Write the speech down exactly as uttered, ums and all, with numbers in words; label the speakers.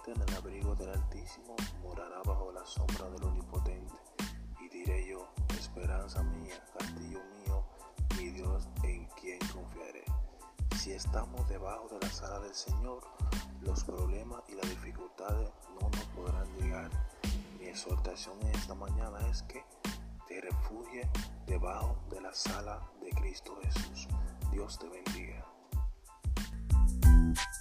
Speaker 1: habita en el abrigo del Altísimo morará bajo la sombra del Omnipotente. Y diré yo, esperanza mía, castillo mío, mi Dios en quien confiaré. Si estamos debajo de la sala del Señor, los problemas y las dificultades no nos podrán llegar. Mi exhortación en esta mañana es que te refugies debajo de la sala de Cristo Jesús. Dios te bendiga.